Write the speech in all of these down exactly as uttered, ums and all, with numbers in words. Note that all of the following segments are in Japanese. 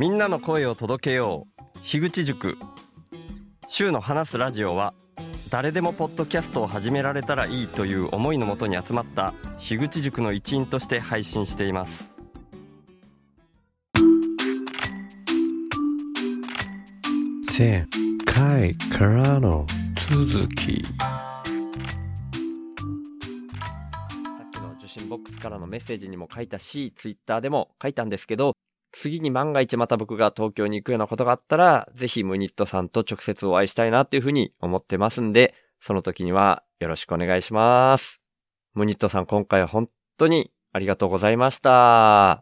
みんなの声を届けよう。樋口塾。週の話すラジオは誰でもポッドキャストを始められたらいいという思いのもとに集まった樋口塾の一員として配信しています。 前回からの続き。 さっきの受信ボックスからのメッセージにも書いたし、ツイッターでも書いたんですけど、次に万が一また僕が東京に行くようなことがあったら、ぜひムニットさんと直接お会いしたいなっていうふうに思ってますんで、その時にはよろしくお願いします。ムニットさん、今回は本当にありがとうございました。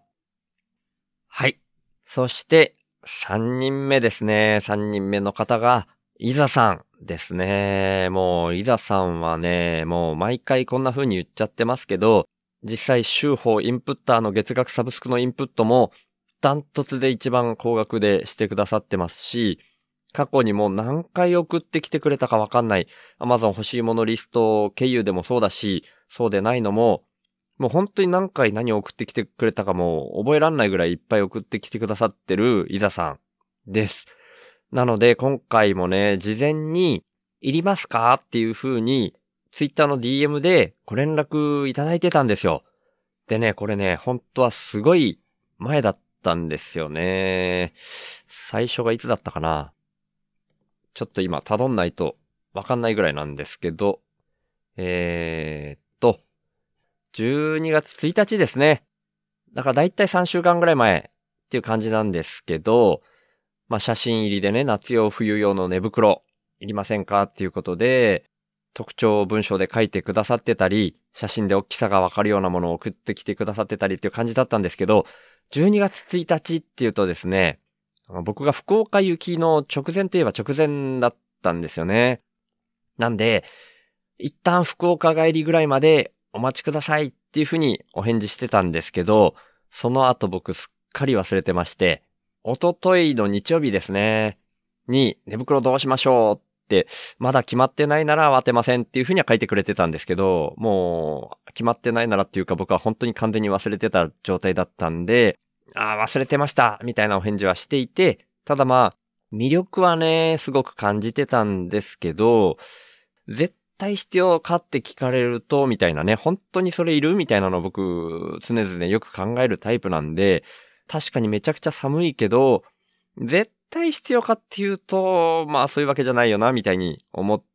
はい。そしてさんにんめですね。さんにんめの方がイザさんですね。もうイザさんはね、もう毎回こんな風に言っちゃってますけど、実際週報インプッターの月額サブスクのインプットもダントツで一番高額でしてくださってますし、過去にも何回送ってきてくれたかわかんない Amazon 欲しいものリスト経由でもそうだし、そうでないのも、もう本当に何回何を送ってきてくれたかも覚えらんないぐらいいっぱい送ってきてくださってるイザさんです。なので今回もね、事前にいりますかっていう風に Twitter の ディーエム でご連絡いただいてたんですよ。でね、これね、本当はすごい前だったんですよね。最初がいつだったかな。ちょっと今辿んないとわかんないぐらいなんですけど、えーっと、じゅうにがつついたちですね。だからだいたいさんしゅうかんぐらい前っていう感じなんですけど、まあ写真入りでね、夏用冬用の寝袋いりませんかっていうことで、特徴を文章で書いてくださってたり、写真で大きさがわかるようなものを送ってきてくださってたりっていう感じだったんですけど、じゅうにがつついたちっていうとですね、僕が福岡行きの直前といえば直前だったんですよね。なんで、一旦福岡帰りぐらいまでお待ちくださいっていうふうにお返事してたんですけど、その後僕すっかり忘れてまして、おとといの日曜日ですね、に寝袋どうしましょうって、まだ決まってないなら慌てませんっていうふうには書いてくれてたんですけど、もう決まってないならっていうか僕は本当に完全に忘れてた状態だったんで、ああ、忘れてましたみたいなお返事はしていて、ただまあ、魅力はね、すごく感じてたんですけど、絶対必要かって聞かれると、みたいなね、本当にそれいるみたいなのを僕、常々よく考えるタイプなんで、確かにめちゃくちゃ寒いけど、絶対必要かっていうと、まあそういうわけじゃないよな、みたいに思って、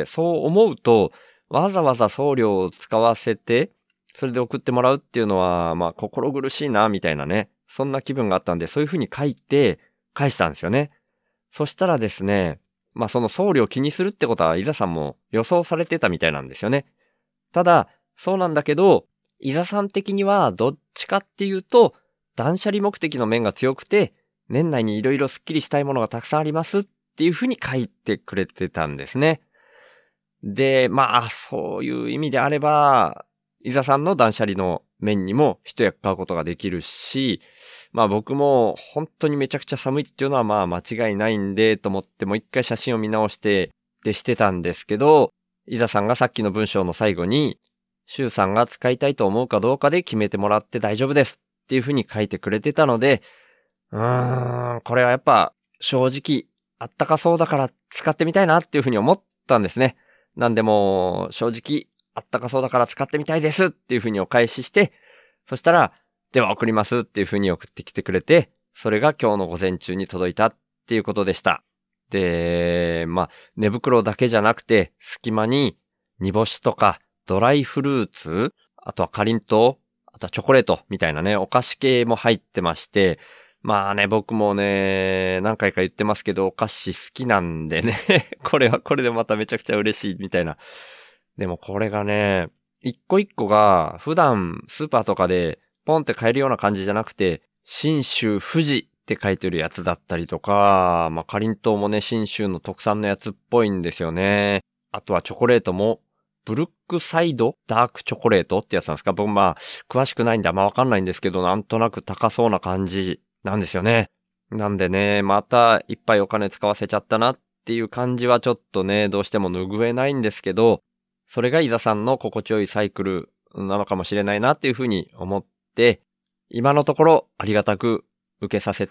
そう思うと、わざわざ送料を使わせて、それで送ってもらうっていうのは、まあ心苦しいな、みたいなね、そんな気分があったんで、そういうふうに書いて、返したんですよね。そしたらですね、まあその送料気にするってことはイザさんも予想されてたみたいなんですよね。ただ、そうなんだけど、イザさん的にはどっちかっていうと、断捨離目的の面が強くて、年内にいろいろスッキリしたいものがたくさんありますっていうふうに書いてくれてたんですね。で、まあそういう意味であれば、イザさんの断捨離の面にも一役買うことができるし、まあ僕も本当にめちゃくちゃ寒いっていうのはまあ間違いないんでと思ってもう一回写真を見直してでしてたんですけど、イザさんがさっきの文章の最後に、シュウさんが使いたいと思うかどうかで決めてもらって大丈夫ですっていう風に書いてくれてたので、うーん、これはやっぱ正直あったかそうだから使ってみたいなっていう風に思ったんですね。なんでも正直あったかそうだから使ってみたいですっていう風にお返しして、そしたら、では送りますっていう風に送ってきてくれて、それが今日の午前中に届いたっていうことでした。で、まあ、寝袋だけじゃなくて、隙間に煮干しとかドライフルーツ、あとはかりんとう、あとはチョコレートみたいなね、お菓子系も入ってまして、まあね、僕もね、何回か言ってますけど、お菓子好きなんでね、これはこれでまためちゃくちゃ嬉しいみたいな。でもこれがね、一個一個が普段スーパーとかでポンって買えるような感じじゃなくて、信州富士って書いてるやつだったりとか、まあ、かりんとうもね、信州の特産のやつっぽいんですよね。あとはチョコレートも、ブルックサイドダークチョコレートってやつなんですか？僕まあ、詳しくないんであんまわかんないんですけど、なんとなく高そうな感じなんですよね。なんでね、またいっぱいお金使わせちゃったなっていう感じはちょっとね、どうしても拭えないんですけど、それがイザさんの心地よいサイクルなのかもしれないなっていうふうに思って、今のところありがたく受けさせて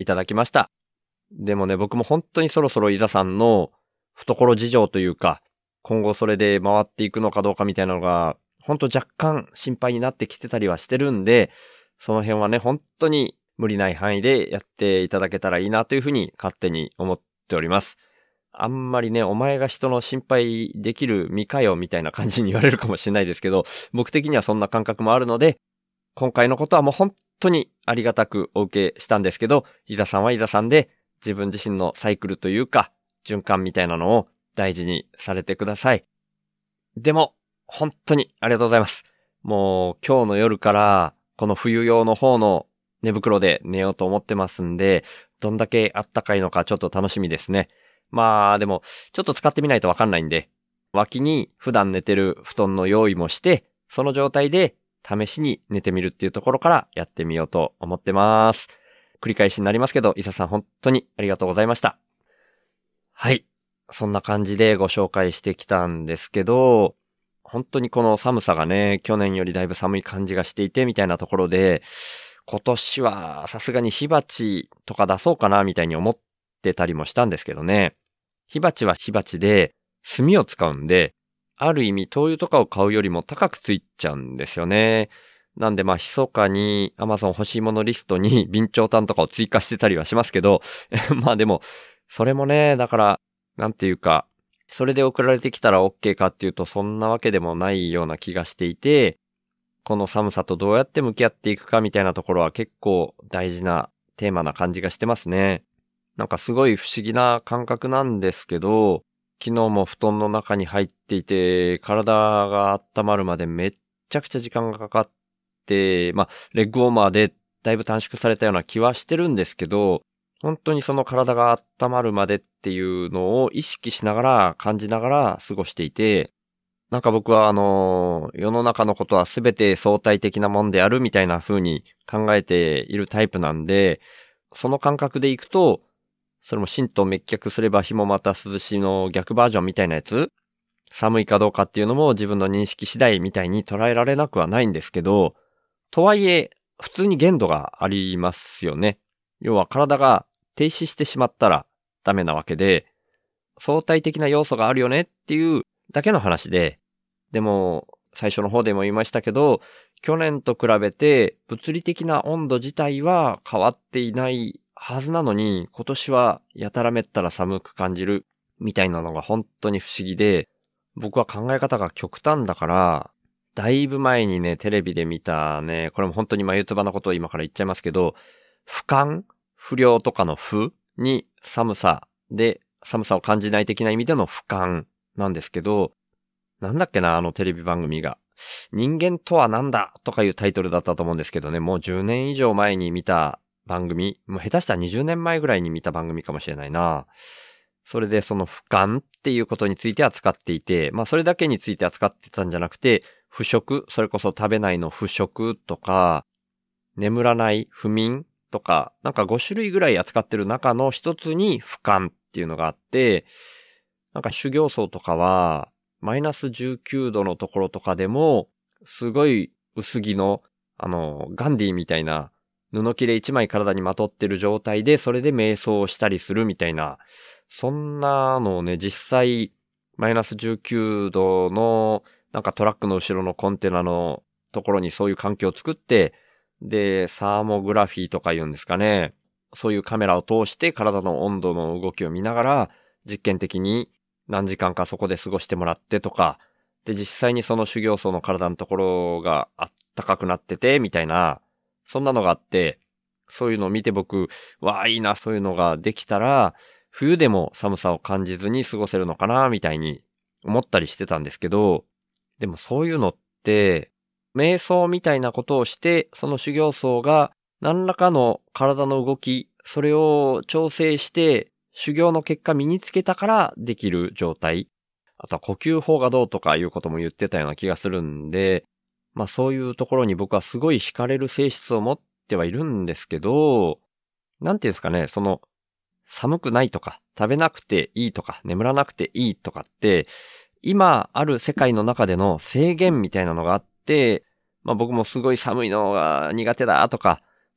いただきました。でもね、僕も本当にそろそろ伊沢さんの懐事情というか、今後それで回っていくのかどうかみたいなのが、本当若干心配になってきてたりはしてるんで、その辺はね、本当に無理ない範囲でやっていただけたらいいなというふうに勝手に思っております。あんまりね、お前が人の心配できる身かよみたいな感じに言われるかもしれないですけど、僕的にはそんな感覚もあるので、今回のことはもう本当にありがたくお受けしたんですけど、伊沢さんは伊沢さんで自分自身のサイクルというか、循環みたいなのを大事にされてください。でも、本当にありがとうございます。もう今日の夜からこの冬用の方の寝袋で寝ようと思ってますんで、どんだけあったかいのかちょっと楽しみですね。まあでも、ちょっと使ってみないとわかんないんで、脇に普段寝てる布団の用意もして、その状態で試しに寝てみるっていうところからやってみようと思ってます。繰り返しになりますけど、伊佐さん本当にありがとうございました。はい。そんな感じでご紹介してきたんですけど、本当にこの寒さがね、去年よりだいぶ寒い感じがしていてみたいなところで、今年はさすがに火鉢とか出そうかなみたいに思ってたりもしたんですけどね。火鉢は火鉢で炭を使うんで、ある意味灯油とかを買うよりも高くついちゃうんですよね。なんでまあ密かに Amazon 欲しいものリストに備長炭とかを追加してたりはしますけど、まあでもそれもね、だからなんていうか、それで送られてきたら OK かっていうとそんなわけでもないような気がしていて、この寒さとどうやって向き合っていくかみたいなところは結構大事なテーマな感じがしてますね。なんかすごい不思議な感覚なんですけど、昨日も布団の中に入っていて、体が温まるまでめっちゃくちゃ時間がかかって、まあ、レッグウォーマーでだいぶ短縮されたような気はしてるんですけど、本当にその体が温まるまでっていうのを意識しながら感じながら過ごしていて、なんか僕はあの、世の中のことはすべて相対的なもんであるみたいな風に考えているタイプなんで、その感覚でいくと、それも神道滅却すれば日もまた涼しいの逆バージョンみたいなやつ、寒いかどうかっていうのも自分の認識次第みたいに捉えられなくはないんですけど、とはいえ普通に限度がありますよね。要は体が停止してしまったらダメなわけで、相対的な要素があるよねっていうだけの話で、でも最初の方でも言いましたけど、去年と比べて物理的な温度自体は変わっていないはずなのに、今年はやたらめったら寒く感じるみたいなのが本当に不思議で、僕は考え方が極端だから、だいぶ前にね、テレビで見たね、これも本当に眉唾なことを今から言っちゃいますけど、不感不良とかの不に寒さで、寒さを感じない的な意味での不感なんですけど、なんだっけな、あのテレビ番組が。人間とはなんだとかいうタイトルだったと思うんですけどね、もうじゅうねん以上前に見た番組、もう下手したらにじゅうねんまえぐらいに見た番組かもしれないな。それでその不感っていうことについて扱っていて、まあそれだけについて扱ってたんじゃなくて、不食、それこそ食べないの不食とか、眠らない不眠とか、なんかご種類ぐらい扱ってる中の一つに不感っていうのがあって、なんか修行僧とかは、マイナスじゅうきゅうどのところとかでも、すごい薄着の、あの、ガンディみたいな、布切れ一枚体にまとってる状態で、それで瞑想をしたりするみたいな、そんなのをね、実際、マイナスじゅうきゅうどの、なんかトラックの後ろのコンテナのところにそういう環境を作って、で、サーモグラフィーとか言うんですかね。そういうカメラを通して体の温度の動きを見ながら、実験的に何時間かそこで過ごしてもらってとか、で、実際にその修行僧の体のところがあったかくなってて、みたいな、そんなのがあって、そういうのを見て僕、わあ、いいな、そういうのができたら、冬でも寒さを感じずに過ごせるのかな、みたいに思ったりしてたんですけど、でもそういうのって、瞑想みたいなことをして、その修行僧が何らかの体の動き、それを調整して、修行の結果身につけたからできる状態。あとは呼吸法がどうとかいうことも言ってたような気がするんで、まあそういうところに僕はすごい惹かれる性質を持ってはいるんですけど、なんていうんですかね、その、寒くないとか、食べなくていいとか、眠らなくていいとかって、今ある世界の中での制限みたいなのがあって、まあ僕もすごい寒いのが苦手だとか、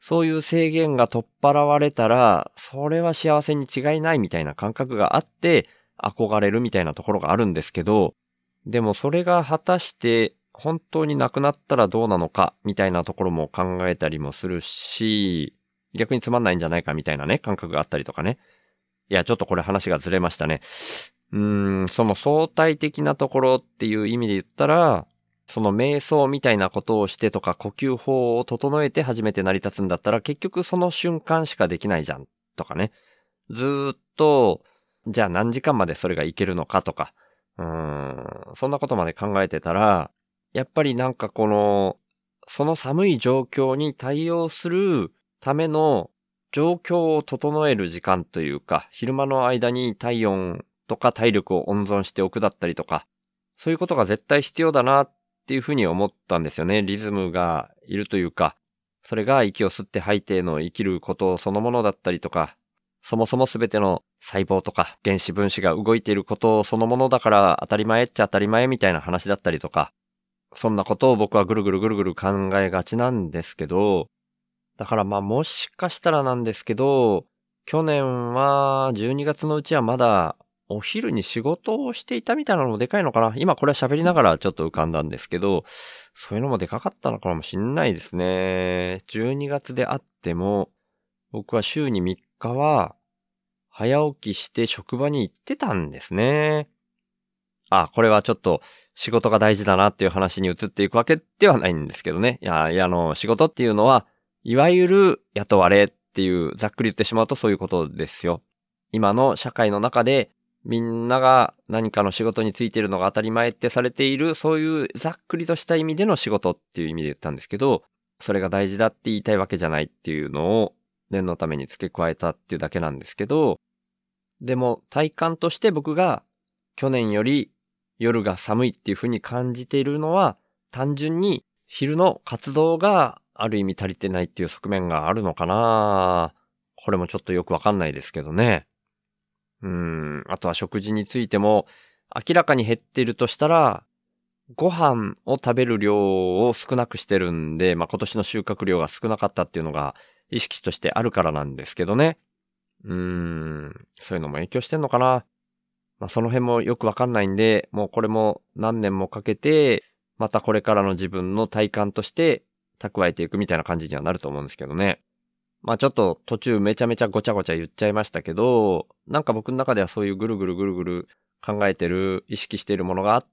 そういう制限が取っ払われたら、それは幸せに違いないみたいな感覚があって、憧れるみたいなところがあるんですけど、でもそれが果たして本当になくなったらどうなのかみたいなところも考えたりもするし、逆につまんないんじゃないかみたいなね、感覚があったりとかね。いや、ちょっとこれ話がずれましたね。うーん、その相対的なところっていう意味で言ったら、その瞑想みたいなことをしてとか呼吸法を整えて初めて成り立つんだったら結局その瞬間しかできないじゃんとかね。ずーっと、じゃあ何時間までそれがいけるのかとか、うーん、そんなことまで考えてたら、やっぱりなんかこの、その寒い状況に対応するための状況を整える時間というか、昼間の間に体温とか体力を温存しておくだったりとか、そういうことが絶対必要だなっていうふうに思ったんですよね。リズムがいるというか、それが息を吸って吐いての生きることそのものだったりとか、そもそもすべての細胞とか原子分子が動いていることそのものだから当たり前っちゃ当たり前みたいな話だったりとか、そんなことを僕はぐるぐるぐるぐる考えがちなんですけど、だからまあもしかしたらなんですけど、去年はじゅうにがつのうちはまだお昼に仕事をしていたみたいなのもでかいのかな。今これは喋りながらちょっと浮かんだんですけど、そういうのもでかかったのかもしんないですね。じゅうにがつであっても、僕は週にみっかは早起きして職場に行ってたんですね。あ、これはちょっと仕事が大事だなっていう話に移っていくわけではないんですけどね。いや、いやあの、仕事っていうのは、いわゆる雇われっていうざっくり言ってしまうとそういうことですよ。今の社会の中でみんなが何かの仕事についているのが当たり前ってされている、そういうざっくりとした意味での仕事っていう意味で言ったんですけど、それが大事だって言いたいわけじゃないっていうのを念のために付け加えたっていうだけなんですけど、でも体感として僕が去年より夜が寒いっていう風に感じているのは、単純に昼の活動がある意味足りてないっていう側面があるのかな。これもちょっとよくわかんないですけどね。うーん、あとは食事についても明らかに減っているとしたら、ご飯を食べる量を少なくしてるんで、まあ、今年の収穫量が少なかったっていうのが意識としてあるからなんですけどね。うーん、そういうのも影響してんのかな。まあ、その辺もよくわかんないんで、もうこれも何年もかけて、またこれからの自分の体感として蓄えていくみたいな感じにはなると思うんですけどね。まあちょっと途中めちゃめちゃごちゃごちゃ言っちゃいましたけど、なんか僕の中ではそういうぐるぐるぐるぐる考えてる、意識しているものがあって、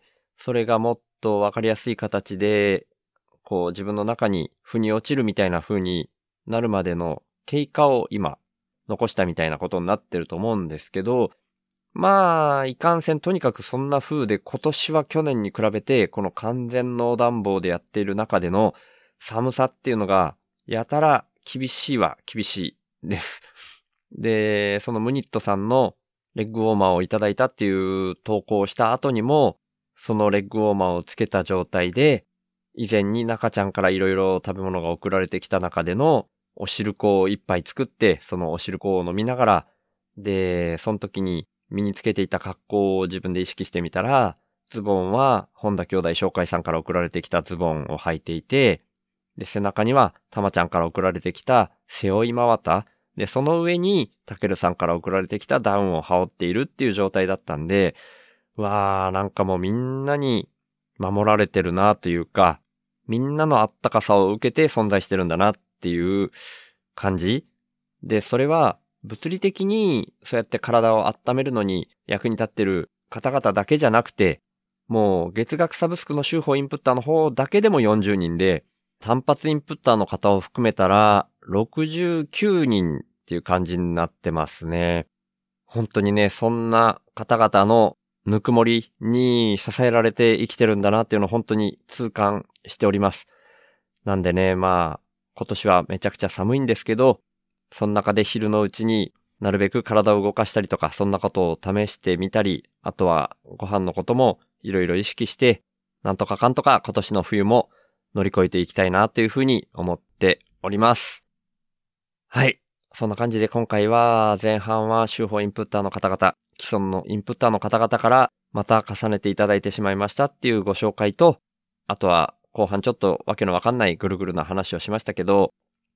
それがもっとわかりやすい形で、こう自分の中に腑に落ちるみたいな風になるまでの経過を今残したみたいなことになってると思うんですけど、まあ、いかんせんとにかくそんな風で今年は去年に比べてこの完全農暖房でやっている中での寒さっていうのがやたら厳しいは厳しいです。で、そのムニットさんのレッグウォーマーをいただいたっていう投稿をした後にも、そのレッグウォーマーをつけた状態で、以前に中ちゃんからいろいろ食べ物が送られてきた中でのお汁粉を一杯作って、そのお汁粉を飲みながら、で、その時に身につけていた格好を自分で意識してみたら、ズボンは本田兄弟紹介さんから送られてきたズボンを履いていて、で、背中にはたまちゃんから送られてきた背負い真綿、で、その上にたけるさんから送られてきたダウンを羽織っているっていう状態だったんで、わー、なんかもうみんなに守られてるなというか、みんなのあったかさを受けて存在してるんだなっていう感じで、それは物理的にそうやって体を温めるのに役に立ってる方々だけじゃなくて、もう月額サブスクの週報インプッターの方だけでもよんじゅうにんで、単発インプッターの方を含めたらろくじゅうきゅうにんっていう感じになってますね。本当にね、そんな方々のぬくもりに支えられて生きてるんだなっていうのを本当に痛感しております。なんでね、まあ、今年はめちゃくちゃ寒いんですけど、その中で昼のうちになるべく体を動かしたりとか、そんなことを試してみたり、あとはご飯のこともいろいろ意識して、なんとかかんとか今年の冬も乗り越えていきたいなというふうに思っております。はい。そんな感じで今回は前半は週報インプッターの方々、既存のインプッターの方々からまた重ねていただいてしまいましたっていうご紹介と、あとは後半ちょっとわけのわかんないぐるぐるな話をしましたけど、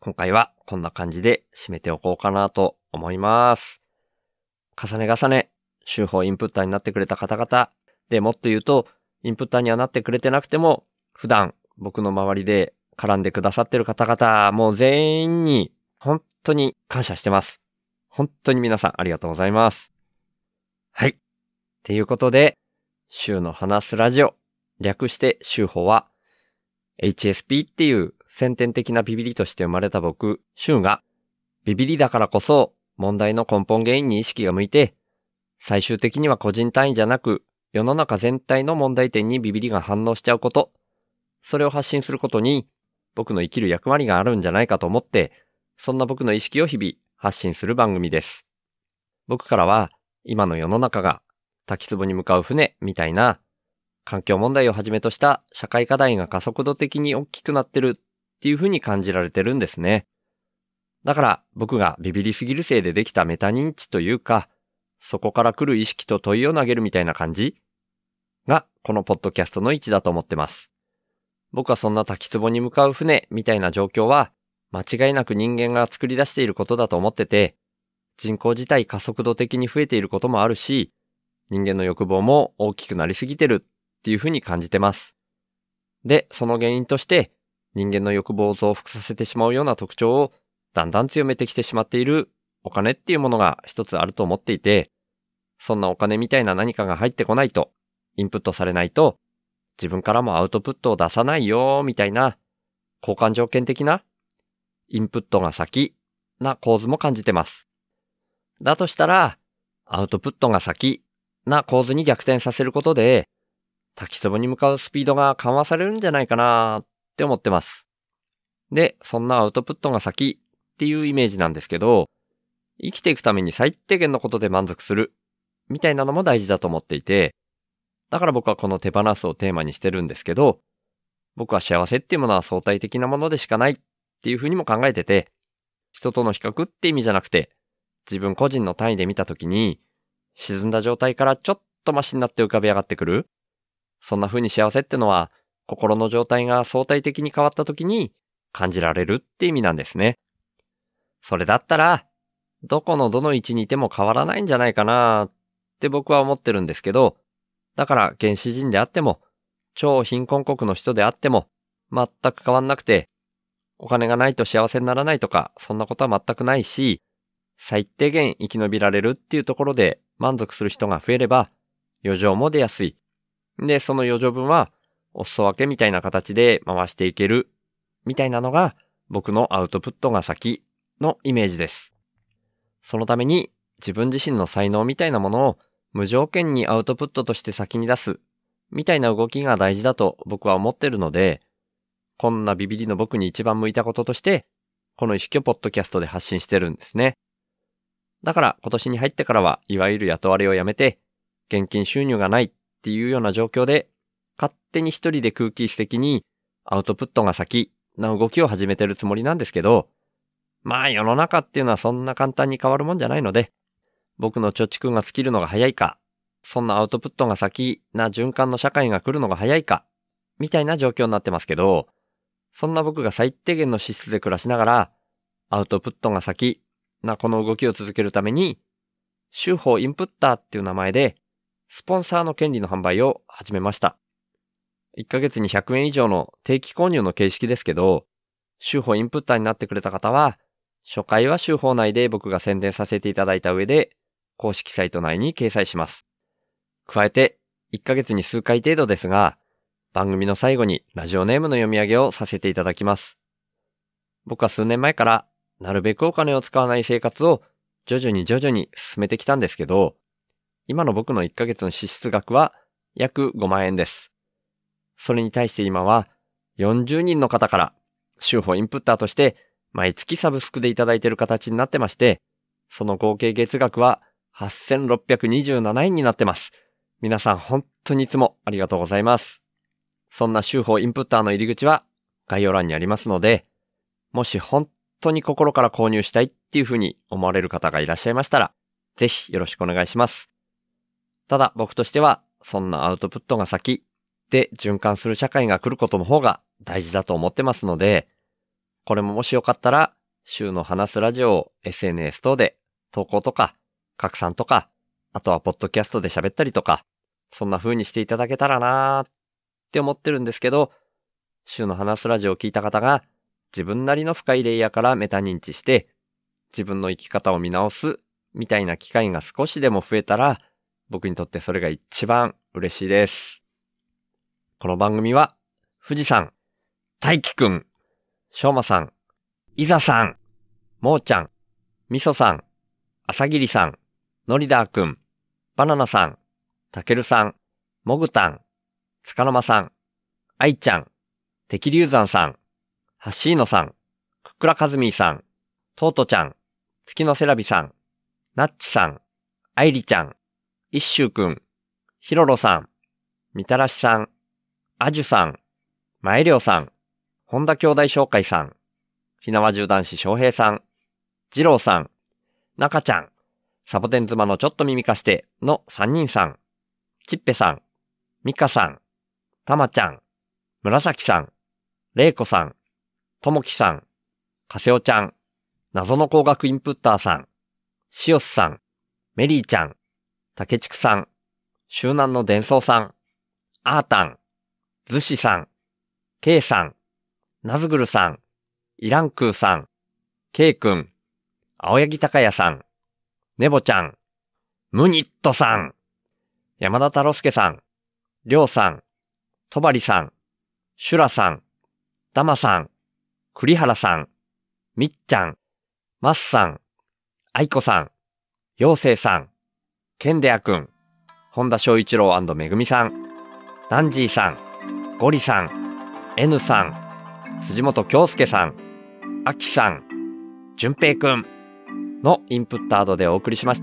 今回はこんな感じで締めておこうかなと思います。重ね重ね、週報インプッターになってくれた方々、でもっと言うと、インプッターにはなってくれてなくても、普段僕の周りで絡んでくださってる方々、もう全員に本当に感謝してます。本当に皆さんありがとうございます。はい。っていうことで、週の話すラジオ、略して週報は、エイチエスピー っていう先天的なビビリとして生まれた僕、週が、ビビリだからこそ問題の根本原因に意識が向いて、最終的には個人単位じゃなく、世の中全体の問題点にビビリが反応しちゃうこと、それを発信することに僕の生きる役割があるんじゃないかと思って、そんな僕の意識を日々発信する番組です。僕からは今の世の中が滝壺に向かう船みたいな環境問題をはじめとした社会課題が加速度的に大きくなってるっていう風に感じられてるんですね。だから僕がビビりすぎるせいでできたメタ認知というか、そこから来る意識と問いを投げるみたいな感じがこのポッドキャストの位置だと思ってます。僕はそんな滝壺に向かう船みたいな状況は間違いなく人間が作り出していることだと思ってて、人口自体加速度的に増えていることもあるし、人間の欲望も大きくなりすぎてるっていうふうに感じてます。で、その原因として人間の欲望を増幅させてしまうような特徴をだんだん強めてきてしまっているお金っていうものが一つあると思っていて、そんなお金みたいな何かが入ってこないと、インプットされないと、自分からもアウトプットを出さないよみたいな交換条件的なインプットが先な構図も感じてます。だとしたら、アウトプットが先な構図に逆転させることで、滝壺に向かうスピードが緩和されるんじゃないかなって思ってます。で、そんなアウトプットが先っていうイメージなんですけど、生きていくために最低限のことで満足するみたいなのも大事だと思っていて、だから僕はこの手放すをテーマにしてるんですけど、僕は幸せっていうものは相対的なものでしかないっていうふうにも考えてて、人との比較って意味じゃなくて、自分個人の単位で見たときに、沈んだ状態からちょっとマシになって浮かび上がってくる。そんな風に幸せってのは、心の状態が相対的に変わったときに感じられるって意味なんですね。それだったら、どこのどの位置にいても変わらないんじゃないかなって僕は思ってるんですけど、だから原始人であっても、超貧困国の人であっても、全く変わんなくて、お金がないと幸せにならないとか、そんなことは全くないし、最低限生き延びられるっていうところで満足する人が増えれば、余剰も出やすい。で、その余剰分は、お裾分けみたいな形で回していける、みたいなのが、僕のアウトプットが先のイメージです。そのために、自分自身の才能みたいなものを無条件にアウトプットとして先に出す、みたいな動きが大事だと僕は思ってるので、こんなビビリの僕に一番向いたこととして、この意識をポッドキャストで発信してるんですね。だから今年に入ってからは、いわゆる雇われをやめて、現金収入がないっていうような状況で、勝手に一人で空気質的にアウトプットが先な動きを始めてるつもりなんですけど、まあ世の中っていうのはそんな簡単に変わるもんじゃないので、僕の貯蓄が尽きるのが早いか、そんなアウトプットが先な循環の社会が来るのが早いか、みたいな状況になってますけど、そんな僕が最低限の資質で暮らしながら、アウトプットが先なこの動きを続けるために、週報インプッターっていう名前で、スポンサーの権利の販売を始めました。いっかげつにひゃくえん以上の定期購入の形式ですけど、週報インプッターになってくれた方は、初回は週報内で僕が宣伝させていただいた上で、公式サイト内に掲載します。加えて、いっかげつに数回程度ですが、番組の最後にラジオネームの読み上げをさせていただきます。僕は数年前から、なるべくお金を使わない生活を徐々に徐々に進めてきたんですけど、今の僕のいっかげつの支出額は約ごまんえんです。それに対して今はよんじゅうにんの方から週報インプッターとして毎月サブスクでいただいている形になってまして、その合計月額ははっせんろっぴゃくにじゅうななえんになってます。皆さん本当にいつもありがとうございます。そんな週報インプッターの入り口は概要欄にありますので、もし本当に心から購入したいっていうふうに思われる方がいらっしゃいましたら、ぜひよろしくお願いします。ただ僕としては、そんなアウトプットが先で循環する社会が来ることの方が大事だと思ってますので、 これももしよかったら、週の話すラジオを エスエヌエス 等で投稿とか、拡散とか、あとはポッドキャストで喋ったりとか、そんな風にしていただけたらなーって思ってるんですけど、週の話すラジオを聞いた方が、自分なりの深いレイヤーからメタ認知して、自分の生き方を見直すみたいな機会が少しでも増えたら、僕にとってそれが一番嬉しいです。この番組は、富士山、大輝くん、しょうまさん、いざさん、もーちゃん、みそさん、あさぎりさん、のりだーくん、バナナさん、たけるさん、もぐたん、つかの間さん、あいちゃん、てきりゅうざんさん、はっしーのさん、くくらかずみーさん、とうとちゃん、月のせらびさん、なっちさん、あいりちゃん、いっしゅうくん、ひろろさん、みたらしさん、あじゅさん、まえりょうさん、本田兄弟紹介さん、ひなわじゅう男子翔平さん、じろうさん、なかちゃん、サボテン妻のちょっと耳貸してのさんにんさん、ちっぺさん、みかさん、たまちゃん、むらさきさん、れいこさん、ともきさん、かせおちゃん、謎の工学インプッターさん、しおすさん、メリーちゃん、たけちくさん、周南の伝送さん、あーたん、ずしさん、けいさん、なずぐるさん、いらんくーさん、けいくん、青柳高也さん、ねぼちゃん、ムニットさん、山田太郎介さん、りょうさん、とばりさん、シュラさん、ダマさん、栗原さん、みっちゃん、マッさん、あいこさん、ようせいさん、ケンデアくん、本田翔一郎&めぐみさん、ダンジーさん、ゴリさん、N さん、辻本京介さん、あきさん、じゅんぺいくんのインプットアドでお送りしました。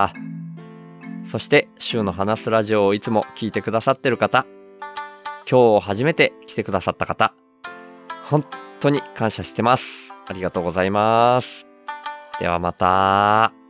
そして週の話すラジオをいつも聞いてくださってる方、今日初めて来てくださった方、本当に感謝してます。ありがとうございます。ではまた。